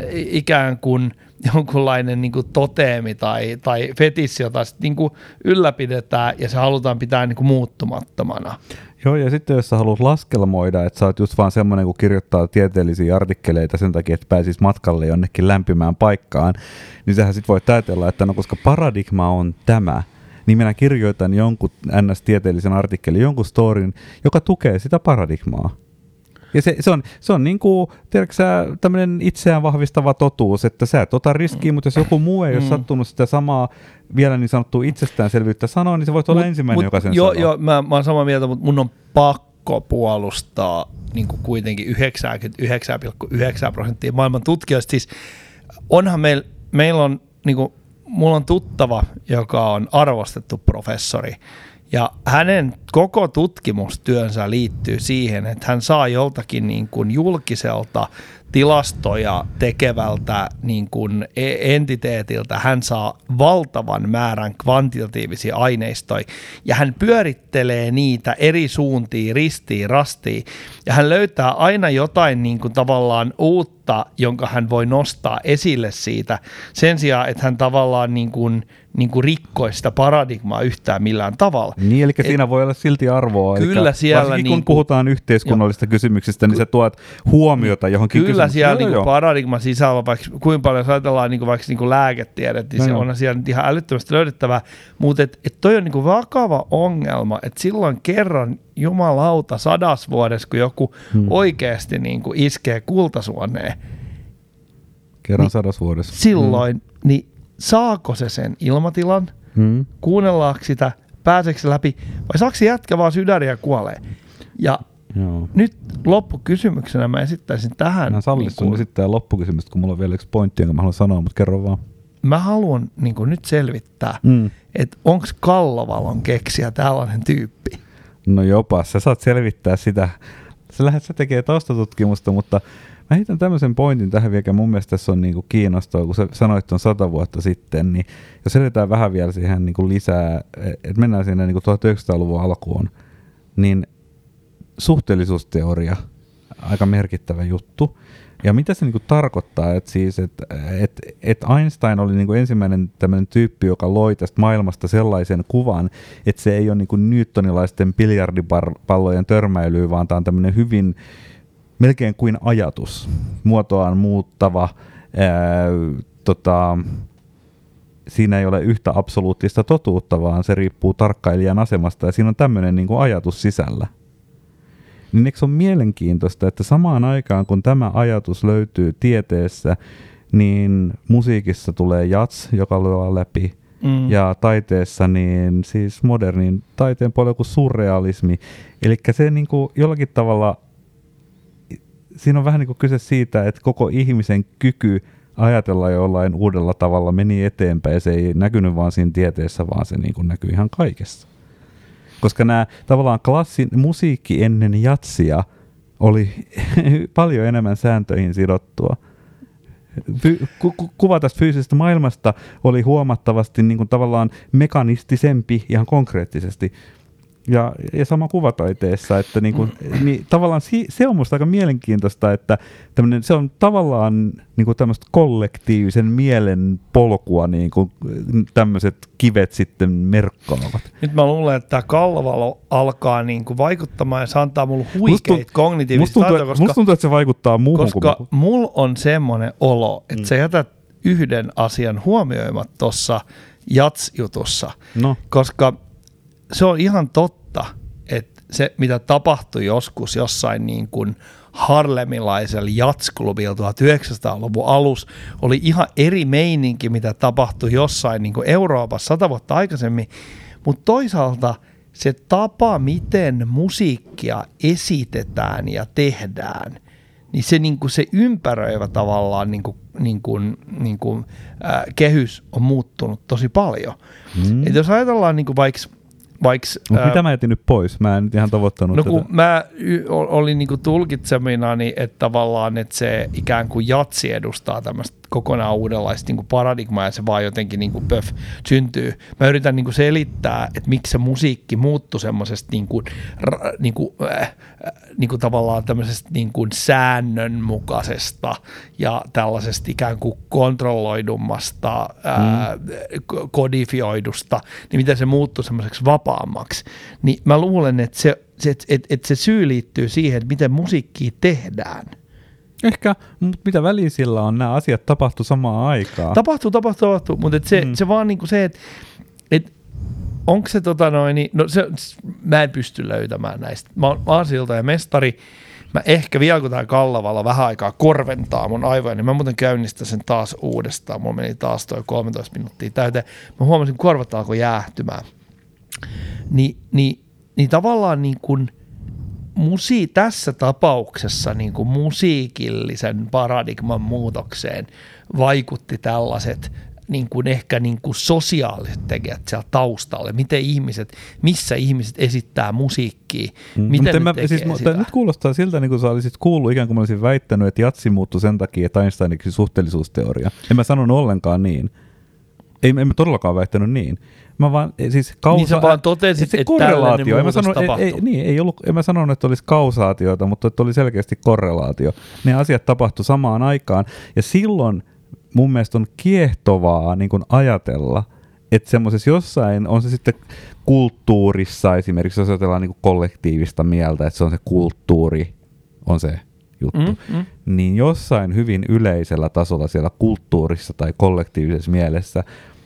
ikään kuin jonkunlainen niin kuin toteemi tai, tai fetissi, jota niin kuin ylläpidetään ja se halutaan pitää niin kuin muuttumattomana. Joo, ja sitten jos sä haluat laskelmoida, että sä oot just vaan semmoinen, kun kirjoittaa tieteellisiä artikkeleita sen takia, että pääsis matkalle jonnekin lämpimään paikkaan, niin sähän sit voit ajatella, että no koska paradigma on tämä, niin minä kirjoitan jonkun N S-tieteellisen artikkelin, jonkun storin, joka tukee sitä paradigmaa. Ja se, se on, se on niin kuin, tiedätkö sä, tämmöinen itseään vahvistava totuus, että sä et ota riskiä, mutta jos joku muu ei mm. ole sattunut sitä samaa vielä niin sanottua itsestäänselvyyttä sanoa, niin se voit olla mut, ensimmäinen, mut, joka sen jo, sanoo. Joo, mä, mä oon samaa mieltä, mutta mun on pakko pakko puolustaa niin kuin kuitenkin yhdeksänkymmentäyhdeksän pilkku yhdeksän prosenttia maailman tutkijoista. Siis onhan meillä, meillä on, niin kuin, mulla on tuttava, joka on arvostettu professori, ja hänen koko tutkimustyönsä liittyy siihen, että hän saa joltakin niin kuin julkiselta tilastoja tekevältä niin kuin entiteetiltä, hän saa valtavan määrän kvantitatiivisia aineistoja ja hän pyörittelee niitä eri suuntiin, ristiin, rastiin ja hän löytää aina jotain niin kuin tavallaan uutta, jonka hän voi nostaa esille siitä sen sijaan, että hän tavallaan niin kuin, niin kuin rikkoisi sitä paradigmaa yhtään millään tavalla. Niin, eli Et, siinä voi olla silti arvoa. Kyllä eli siellä varsinkin niin kun puhutaan yhteiskunnallisista jo, kysymyksistä, niin sä tuot huomiota johonkin kyllä kysymykseen. Siellä niin kuin paradigma sisällä, vaikka kuinka paljon jos ajatellaan niin kuin vaikka niin kuin lääketiedet, niin no se joo. on siellä ihan älyttömästi löydettävää, mutta et, et toi on niin kuin vakava ongelma, että silloin kerran jumalauta sadas vuodessa, kun joku hmm. oikeasti niin kuin iskee kultasuoneen, kerran niin sadas vuodessa. Silloin, hmm. niin saako se sen ilmatilan, hmm. kuunnellaanko sitä, pääseekö se läpi, vai saako se jätkä vaan sydäriä ja kuolee? Ja joo. Nyt loppukysymyksenä mä esittäisin tähän. Mä sallisin niin esittää loppukysymystä, kun mulla on vielä yksi pointti, jonka mä haluan sanoa, mutta kerro vaan. Mä haluan niin kuin nyt selvittää, mm. että onko Kallovalon keksiä tällainen tyyppi? No jopa, sä saat selvittää sitä. Sä lähdet sä tekee taustatutkimusta, mutta mä heitän tämmöisen pointin tähän vielä, mun mielestä tässä on niinku kiinnostavaa, kun sä sanoit tuon sata vuotta sitten, niin jos edetään vähän vielä siihen niinku lisää, että mennään sinne niinku tuhatyhdeksänsataaluvun alkuun, niin suhteellisuusteoria, aika merkittävä juttu. Ja mitä se niinku tarkoittaa, että siis, et, et, et Einstein oli niinku ensimmäinen tämmöinen tyyppi, joka loi tästä maailmasta sellaisen kuvan, että se ei ole niinku newtonilaisten biljardipallojen törmäilyä, vaan tämä on tämmöinen hyvin melkein kuin ajatus, muotoaan muuttava, ää, tota, siinä ei ole yhtä absoluuttista totuutta, vaan se riippuu tarkkailijan asemasta ja siinä on tämmöinen niinku ajatus sisällä. Niin eikö se ole mielenkiintoista, että samaan aikaan kun tämä ajatus löytyy tieteessä, niin musiikissa tulee jazz, joka lyö läpi, mm. ja taiteessa niin siis modernin taiteen puolella kuin surrealismi. Eli se niin kuin jollakin tavalla, siinä on vähän niin kuin kyse siitä, että koko ihmisen kyky ajatella jollain uudella tavalla meni eteenpäin, ja se ei näkynyt vaan siinä tieteessä, vaan se niin kuin näkyy ihan kaikessa. Koska nämä tavallaan klassin musiikki ennen jatsia oli paljon enemmän sääntöihin sidottua. Fy, ku, ku, kuva tästä fyysisestä maailmasta oli huomattavasti niin kuin tavallaan mekanistisempi ihan konkreettisesti. Ja, ja sama kuvataiteessa, että niin kuin, niin tavallaan si, se on musta aika mielenkiintoista, että se on tavallaan niin kuin tämmöistä kollektiivisen mielen polkua, niin kuin tämmöiset kivet sitten merkkaavat. Nyt mä luulen, että tämä Kallovalo alkaa niin kuin vaikuttamaan ja se antaa mulle huikeita kognitiivisia taitoja, koska, musta tuntuu, että se vaikuttaa muuhun. Koska mulla on semmoinen olo, että mm. sä jätät yhden asian huomioimat tuossa jats-jutussa, no. koska se on ihan totta, että se mitä tapahtui joskus jossain niin kuin harlemilaisella jatsklubilla tuhatyhdeksänsataaluvun alus oli ihan eri meininki, mitä tapahtui jossain niin kuin Euroopassa sata vuotta aikaisemmin, mutta toisaalta se tapa, miten musiikkia esitetään ja tehdään, niin se, niin kuin se ympäröivä tavallaan niin kuin, niin kuin, niin kuin, äh, kehys on muuttunut tosi paljon. Mm. Et jos ajatellaan niin kuin vaikka Vaiks, Mut ää, mitä mä jätin nyt pois? Mä en nyt ihan tavoittanut no tätä. Kun mä y- olin niinku tulkitseminani, että tavallaan että se ikään kuin jatsi edustaa tämmöistä kokonaan uudenlaista niinku paradigmaa ja se vaan jotenkin niinku pöf syntyy. Mä yritän niinku selittää, että miksi se musiikki muuttui semmoisesta niinku, r- niinku, äh, niinku tavallaan tämmöisestä niinku säännönmukaisesta ja tällaisesta ikään kuin kontrolloidummasta, ää, mm. kodifioidusta, niin miten se muuttui semmoiseksi vapaammaksi. Niin mä luulen, että se, se, et, et, et se syy liittyy siihen, että miten musiikkia tehdään. Ehkä, mutta mitä väliä sillä on? Nämä asiat tapahtuu samaan aikaan. Tapahtuu, tapahtuu, tapahtuu, mutta se, mm. se vaan niinku se, että et, onko se tota noin, no se, mä en pysty löytämään näistä. Mä oon aasilta ja mestari. Mä ehkä vielä kun tää Kallovalo vähän aikaa korventaa mun aivoja, niin mä muuten käynnistän sen taas uudestaan. Mulla meni taas toi kolmetoista minuuttia täyteen. Mä huomasin, kun korvat alkoi jäähtymään. Ni, niin, niin tavallaan niin kun musi- tässä tapauksessa niin kuin musiikillisen paradigman muutokseen vaikutti tällaiset niin kuin ehkä niin kuin sosiaaliset tekijät siellä taustalle, miten ihmiset, missä ihmiset esittää musiikkia, mm. miten ne mä, tekee siis, sitä. Nyt kuulostaa siltä, niin kuin sä olisit kuullut, ikään kuin mä olisin väittänyt, että jatsi muuttui sen takia, että Einsteiniksi suhteellisuusteoria. En mä sanonut ollenkaan niin. Ei, en mä todellakaan väittänyt niin. Mä vaan, siis kausa, niin sä vaan totesit, että tällainen muutos tapahtui. Ei, niin, ei ollut, en mä sanonut, että olisi kausaatioita, mutta että oli selkeästi korrelaatio. Ne asiat tapahtui samaan aikaan, ja silloin mun mielestä on kiehtovaa niin kuin ajatella, että semmoisessa jossain, on se sitten kulttuurissa esimerkiksi, jos ajatellaan niin kuin kollektiivista mieltä, että se on se kulttuuri, on se juttu, mm, mm. niin jossain hyvin yleisellä tasolla siellä kulttuurissa tai kollektiivisessa mielessä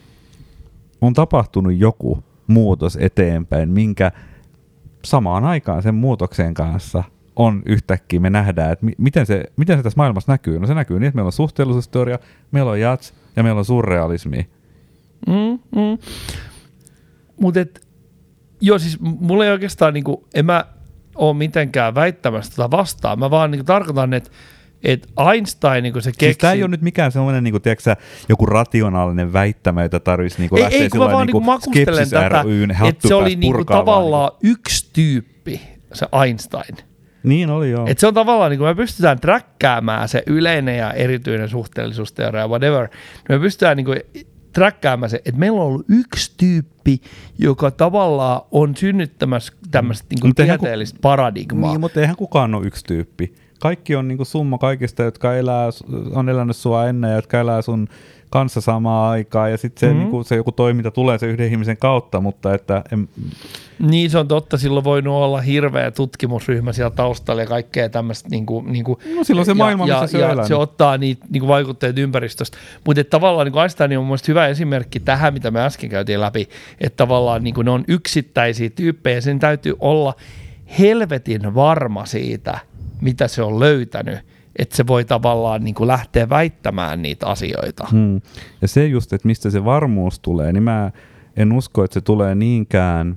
on tapahtunut joku muutos eteenpäin, minkä samaan aikaan sen muutoksen kanssa on yhtäkkiä, me nähdään, että miten se, miten se tässä maailmassa näkyy. No se näkyy niin, että meillä on suhteellisuusteoria, meillä on jats ja meillä on surrealismi. Mm, mm. Mutta joo, siis mulla ei oikeastaan, niinku, en mä ole mitenkään väittämässä tätä vastaan. Mä vaan niinku tarkoitan, että et Einstein niinku se keksi... Siis tää ei ole nyt mikään semmoinen niinku, tiedätkö, joku rationaalinen väittämä, jota tarvitsisi niinku lähteä sillain niinku skepsis ryn että se oli niinku tavallaan niin. yksi tyyppi, se Einstein. Niin oli joo. Että se on tavallaan, niin kun me pystytään träkkäämään se yleinen ja erityinen suhteellisuusteoria, whatever, niin me pystytään niin träkkäämään se, että meillä on ollut yksi tyyppi, joka tavallaan on synnyttämässä tämmöistä niin tieteellistä ku... paradigmaa. Niin, mutta eihän kukaan ole yksi tyyppi. Kaikki on niin kuin summa kaikista, jotka elää, on elänyt sua ennen ja jotka elää sun kanssa samaan aikaan, ja sitten se, mm-hmm. niinku, se joku toiminta tulee se yhden ihmisen kautta, mutta että... En... Niin se on totta, silloin voinut olla hirveä tutkimusryhmä siellä taustalla ja kaikkea tämmöistä. Niinku, niinku, no silloin se maailma, ja, missä ja, se on elänyt. Se ottaa niitä niinku vaikutteita ympäristöstä, mutta tavallaan niinku Einstein on mun mielestä hyvä esimerkki tähän, mitä me äsken käytiin läpi, että tavallaan niinku ne on yksittäisiä tyyppejä, ja sen täytyy olla helvetin varma siitä, mitä se on löytänyt, että se voi tavallaan niin kuin lähteä väittämään niitä asioita. Hmm. Ja se just, että mistä se varmuus tulee, niin mä en usko, että se tulee niinkään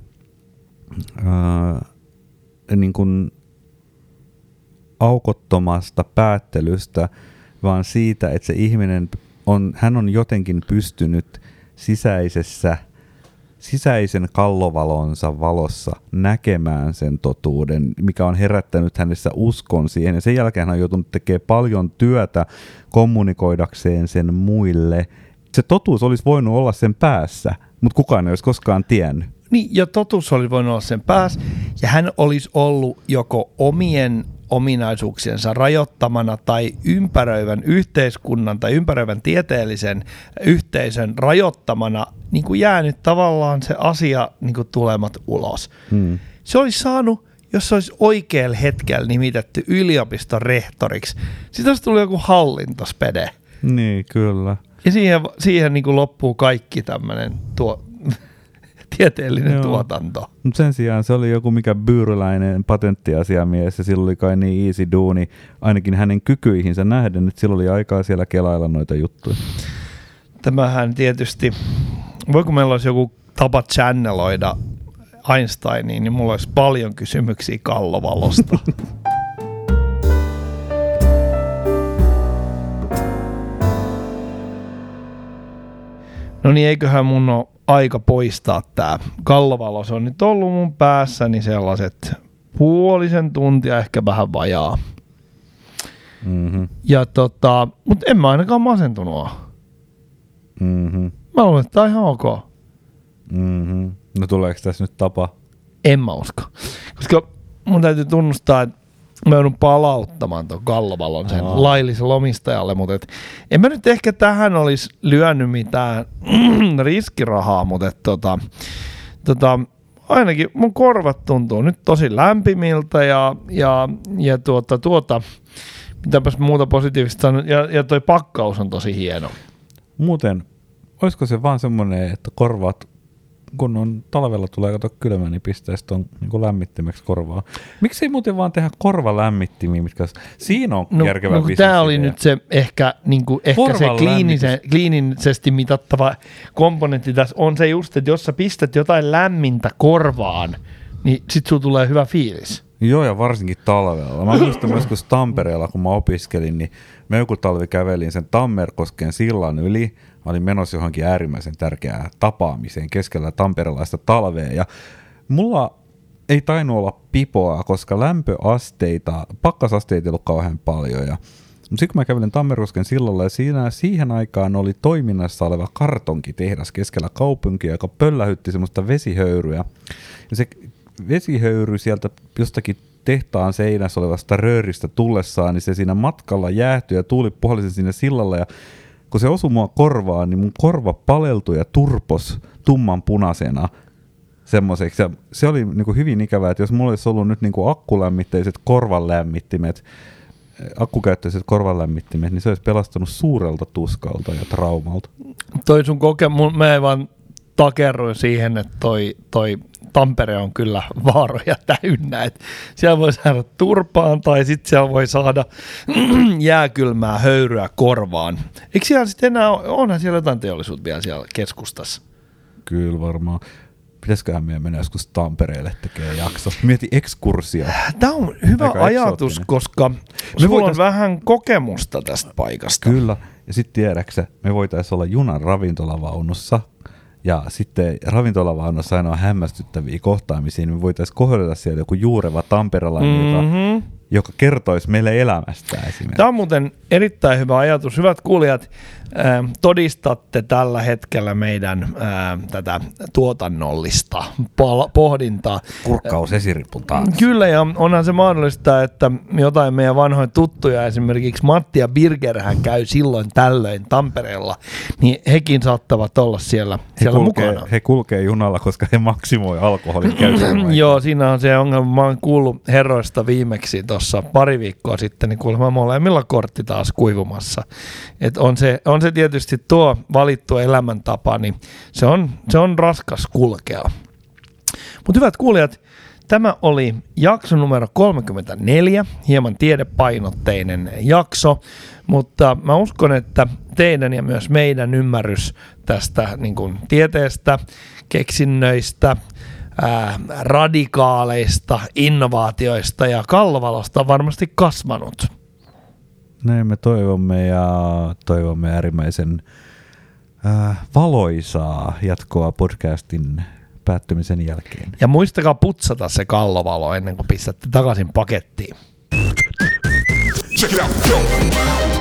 äh, niin kuin aukottomasta päättelystä, vaan siitä, että se ihminen on, hän on jotenkin pystynyt sisäisessä sisäisen kallovalonsa valossa näkemään sen totuuden, mikä on herättänyt hänessä uskon siihen. Ja sen jälkeen hän on joutunut tekemään paljon työtä kommunikoidakseen sen muille. Se totuus olisi voinut olla sen päässä, mutta kukaan ei olisi koskaan tiennyt. Niin, ja totuus olisi voinut olla sen päässä, ja hän olisi ollut joko omien ominaisuuksiensa rajoittamana tai ympäröivän yhteiskunnan tai ympäröivän tieteellisen yhteisön rajoittamana niin kuin jäänyt tavallaan se asia niin kuin tulemat ulos. Hmm. Se olisi saanut, jos se olisi oikealla hetkellä nimitetty yliopiston rehtoriksi, sitten olisi tullut joku hallintospede. Niin, kyllä. Ja siihen, siihen niin kuin loppuu kaikki tämmöinen tuo... tieteellinen Joo. tuotanto. Mut sen sijaan se oli joku mikä byyryläinen patenttiasiamies ja silloin oli kai niin easy duuni ainakin hänen kykyihinsä nähden, että silloin oli aikaa siellä kelailla noita juttuja. Tämähän tietysti, voiko meillä olisi joku tapa channeloida Einsteiniin, niin mulla olisi paljon kysymyksiä kallovalosta. No niin, eiköhän mun ole aika poistaa tää kallovalo. Se on nyt ollut mun päässäni sellaiset puolisen tuntia, ehkä vähän vajaa. Mm-hmm. Ja tota, mut en mä ainakaan masentunut. Mm-hmm. Mä luulen, että tää on ihan ok. Mm-hmm. No tuleeko tässä nyt tapa? En mä usko. Koska mun täytyy tunnustaa, että mä joudun palauttamaan tuon kallovalon sen Aa. lailliselle omistajalle, mutta et, en mä nyt ehkä tähän olisi lyönyt mitään riskirahaa, mutta et, tota, tota, ainakin mun korvat tuntuu nyt tosi lämpimiltä ja, ja, ja tuota, tuota, mitäpäs muuta positiivista on, ja, ja toi pakkaus on tosi hieno. Muuten, olisiko se vaan semmoinen, että korvat kun on talvella tulee kato kylmä, niin pistää sitten niin lämmittimeksi korvaa. Miksi ei muuten vaan tehdä korvalämmittimiä, mitkä siinä on no, järkevä no, tämä oli nyt se ehkä, niin kuin, ehkä se kliinise, kliinisesti mitattava komponentti tässä on se just, että jos sä pistät jotain lämmintä korvaan, niin sit sulla tulee hyvä fiilis. Joo, ja varsinkin talvella. Mä muistan joskus Tampereella, kun mä opiskelin, niin mä joku talvi kävelin sen Tammerkosken sillan yli. Mä olin menossa johonkin äärimmäisen tärkeään tapaamiseen keskellä tamperelaista talvea. Ja mulla ei tainnut olla pipoa, koska lämpöasteita, pakkasasteita ei ollut kauhean paljon. Ja sitten kun mä kävelin Tammerkosken sillalla, ja siinä, siihen aikaan oli toiminnassa oleva kartonkitehdas keskellä kaupunkia, joka pöllähytti semmoista vesihöyryä. Ja se vesihöyry sieltä jostakin tehtaan seinässä olevasta rööristä tullessaan, niin se siinä matkalla jäähtyi ja tuuli puhalsi siinä sillalla, ja kun se osui mua korvaan, niin mun korva paleltui ja turpos tumman punaisena semmoiseksi. Ja se oli niin kuin hyvin ikävää, että jos mulla olisi ollut nyt niin kuin akkulämmitteiset korvanlämmittimet, akkukäyttöiset korvanlämmittimet, niin se olisi pelastanut suurelta tuskalta ja traumalta. Toi sun kokemus, mä en vaan takerruin siihen, että toi, toi Tampere on kyllä vaaroja täynnä, että siellä voi saada turpaan tai sitten siellä voi saada jääkylmää höyryä korvaan. Eikö siellä sitten enää, onhan siellä jotain teollisuutta vielä siellä keskustassa? Kyllä varmaan. Pitäisiköhän meidän mennä joskus Tampereelle tekemään jakso? Mieti ekskursia. Tämä on hyvä aika ajatus, koska me sulla voitais... on vähän kokemusta tästä paikasta. Kyllä, ja sitten tiedäksä, me voitaisiin olla junan ravintolavaunussa, ja sitten ravintolavaunussa aina on hämmästyttäviä kohtaamisia, niin me voitaisiin kohdata siellä joku juureva tamperelainen, mm-hmm. joka, joka kertoisi meille elämästä esimerkiksi. Tämä on muuten erittäin hyvä ajatus. Hyvät kuulijat, äh, todistatte tällä hetkellä meidän äh, tätä tuotannollista pal- pohdintaa. Kurkkaus esiripun taas. Kyllä, ja onhan se mahdollista, että jotain meidän vanhoja tuttuja, esimerkiksi Matti ja Birgerhän käy silloin tällöin Tampereella, niin hekin saattavat olla siellä, siellä he kulkee, mukana. He kulkee junalla, koska he maksimoi alkoholin käytön. Joo, siinä on se ongelma. Mä oon kuullut herroista viimeksi tuossa pari viikkoa sitten, niin kuulemma molemmilla kortti taas kuivumassa. Et on, se, on se tietysti tuo valittu elämäntapa, niin se on, se on raskas kulkea. Mutta hyvät kuulijat, tämä oli jakso numero kolmekymmentäneljä, hieman tiedepainotteinen jakso, mutta mä uskon, että teidän ja myös meidän ymmärrys tästä niin kuin tieteestä, keksinnöistä, ää, radikaaleista innovaatioista ja kallovalosta on varmasti kasvanut. Näin me toivomme, ja toivomme äärimmäisen ää, valoisaa jatkoa podcastin päättymisen jälkeen. Ja muistakaa putsata se kallovalo ennen kuin pistätte takaisin pakettiin. Check it out, yo.